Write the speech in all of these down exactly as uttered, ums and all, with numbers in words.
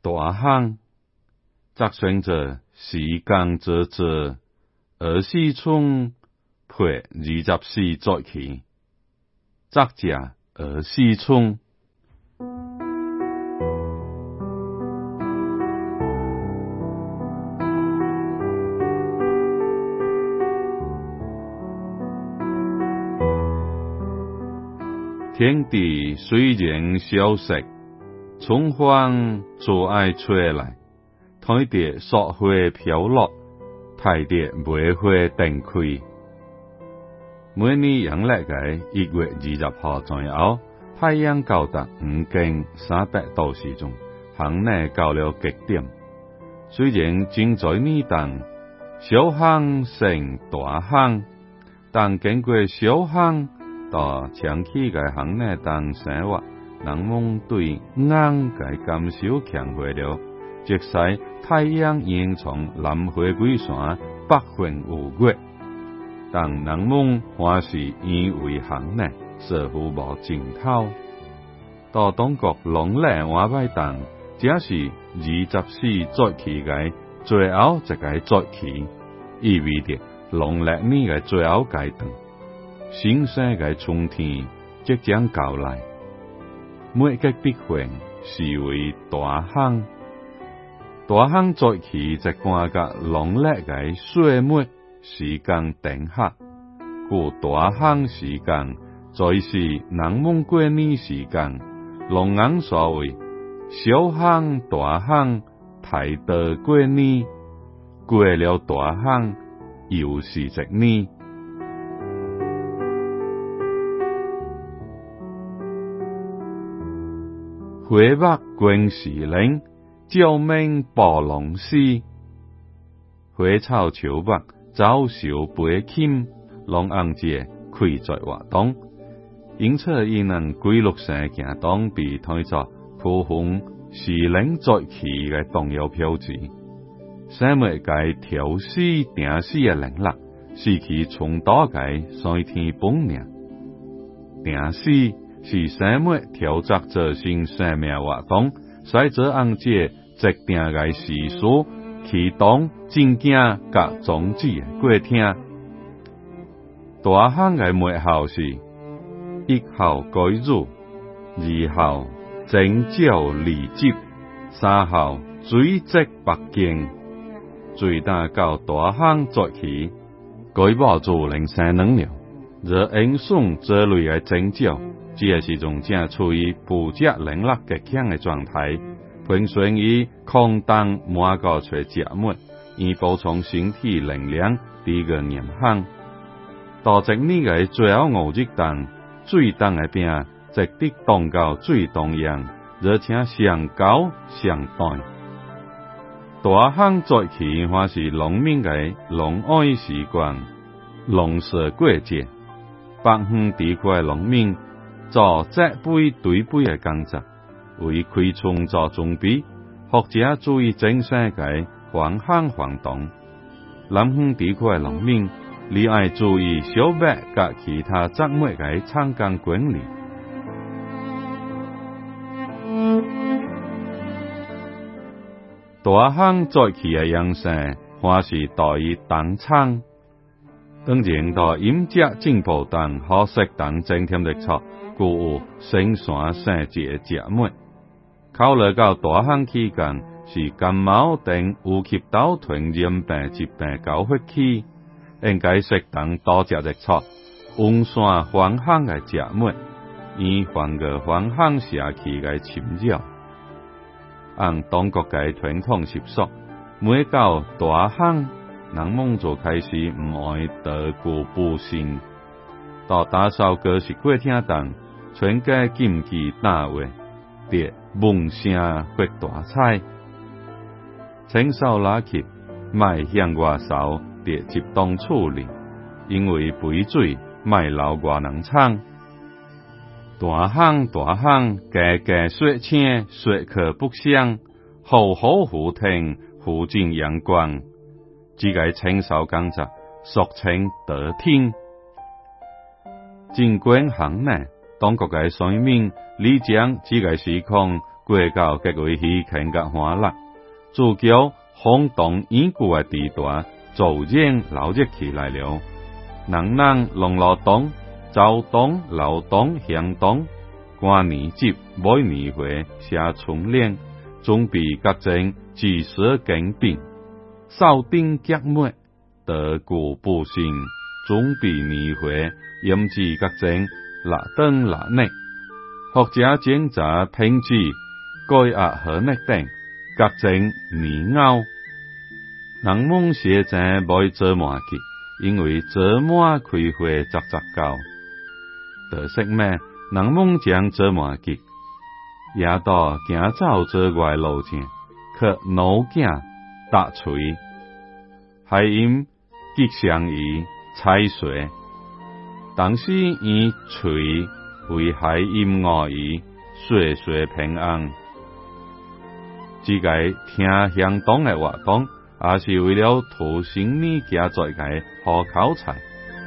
大行，则选者时间做做，二四春配二十四节气，则食二四春。天地虽然消逝，春风总爱吹来。台地雪花飘落，太地梅花盛开。每年阳历嘅一月二十號前後，太陽到達五更三百度時鐘，行呢到了極點。雖然正在呢當，小行成大行，但經過小行到長期嘅行呢當生活，人們對硬嘅感受強化了，即使太陽仍從南回歸線北分有月。但人們還是因為行呢，似乎無盡頭。到中國農曆換拜當，這是二十四節氣嘅最後一個節氣，意味着農曆年嘅最後階段，新生嘅春天即將到來。每個必分是為大行，大行節氣則趕甲農曆嘅歲末時間定下，故大行時間在是人們過年時間，農人所謂小行大行，大道過年，過了大行又是一年。花木觀時令，照明報農時，花草樹木早熟培闢，農行節開在活動，因此伊能規律性行動被睇作普風時令節氣嘅重要標誌。生物界調時定時嘅能力，是其從多界先天本領。定時是生物調節自身生命活動，使這行節特定嘅時數啟動正經甲終止嘅過程。大行嘅末後是一號改入，二號整照離集，三號水積北京。最大到大行節氣，該保住零三能量，而影響這類嘅整照，這個時陣正處於捕食能力極強嘅狀態。平順以空當滿個取食物，以補充身體能量，第個嚴行。到這呢個最後五日當，最當嘅邊，直的當到最東陽，而且上高上短。大行節氣還是農民嘅農愛時光，農事過節，北方地區嘅農民做這輩對輩嘅工作。為開春做準備，或者注意整生嘅環行活動。南方地區嘅農民，你愛注意小麥甲其他作物嘅產工管理。大行節氣嘅養生，還是在於當場。當然到飲食進步當，可適當增添力錯，故有生鮮生節嘅食物。考慮到大行期間是感冒等呼吸道傳染病疾病高發期，應該適當多食熱菜、溫酸緩行嘅食物，以防個緩行時期嘅侵擾。按當國嘅傳統習俗，每到大行，人們就開始唔愛得過補身，到打掃各式過程當，全家禁忌大會，別夢聲發大財，清掃垃圾，賣向外掃，別集中處理，因為肥水賣流外能倉。大行大行，家家說青，說可不香，好好互聽，互盡陽光。這個清掃工作，俗稱得天。盡管行呢，當國嘅選民理將這個時空過到極為稀罕甲歡樂，主叫轟動遠古嘅地帶逐漸流熱起來了。人人龍羅東、châu東、老東、鄉東，過年節、每年會寫春聯，準備各種祭祀供品，掃頂腳末，得古補新，準備年會，飲祭各種臘燈臘肉，或者煎炸拼煮，蓋壓和肉等各種年藕。人們寫正未做滿節，因為做滿開會雜雜交。得識咩？人們將做滿節，也到行走做外路前，卻腦鏡打錘，還因吉祥以財水，當時以錘為海因我以歲歲平安。只個聽鄉東嘅活動，也是為了圖新年家在嘅好口才。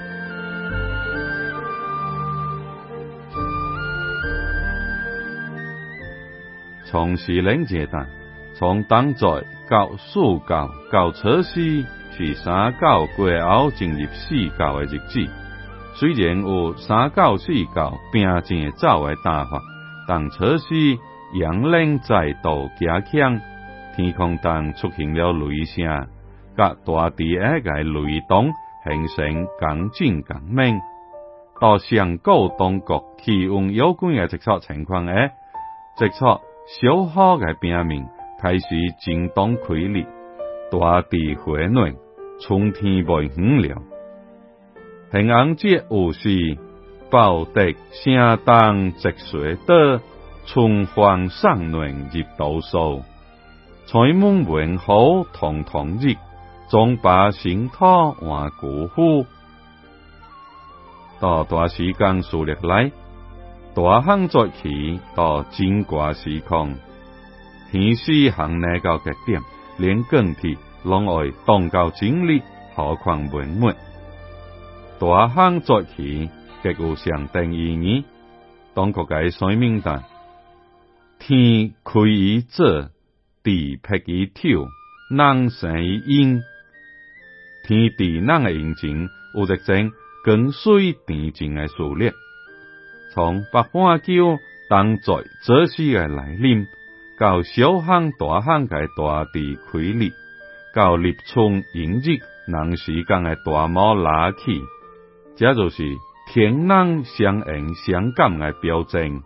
從時令階段，從當在到暑到到初四是三到過後進入四到嘅日子。雖然有三到四到並正走嘅打法，但初四陽冷再度加強，天空中出現了雷聲，甲大地嘅個雷動形成更近更猛。到上古中國氣溫有關嘅直測情況下，直測小河嘅邊面開始震動開裂，大地回暖，春天未遠了。平安節有時，報得聲動積水多，春風送暖入稻數，財門門好堂堂日，總把新土換舊戶。到大時間數日來，大旱災期到真掛時空，天時行內到極點，連更替攏愛當到精力，何況文末。大旱災期極有上定意義，當國嘅水明單，天開以遮，地辟以挑，人生以陰。天地人嘅陰晴有一種光水電靜嘅數列，從北半球當在這時嘅來臨，到小旱大旱嘅大地開裂，到立春迎日人時間嘅大霧拉起，這就是天人相應相感嘅標誌。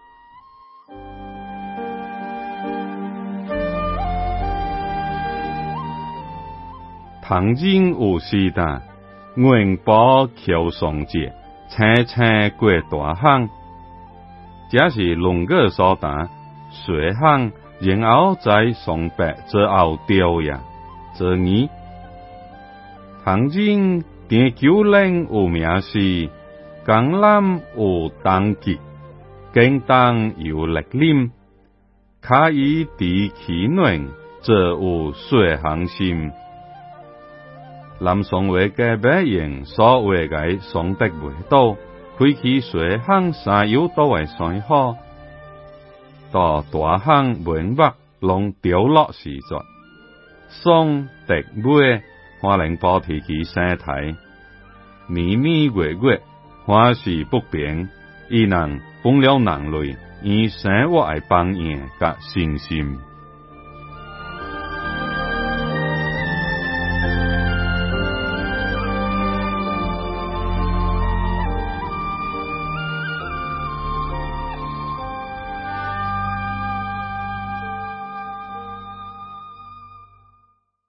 唐人有時代，元寶求上節，青青過大旱，這是論語所答。歲旱然後在上白之後掉呀，這義。唐人定九令有名是，江南有當季，更當有歷練，可以地氣暖，則有歲旱心。南宋話嘅白言所謂嘅宋德味道，開啟歲旱三有多嘅山河，到大旱文物攏掉落時節，宋德味花靈寶提其生態，年年月月花事不變，伊能本了人類以生活嘅榜樣甲信心。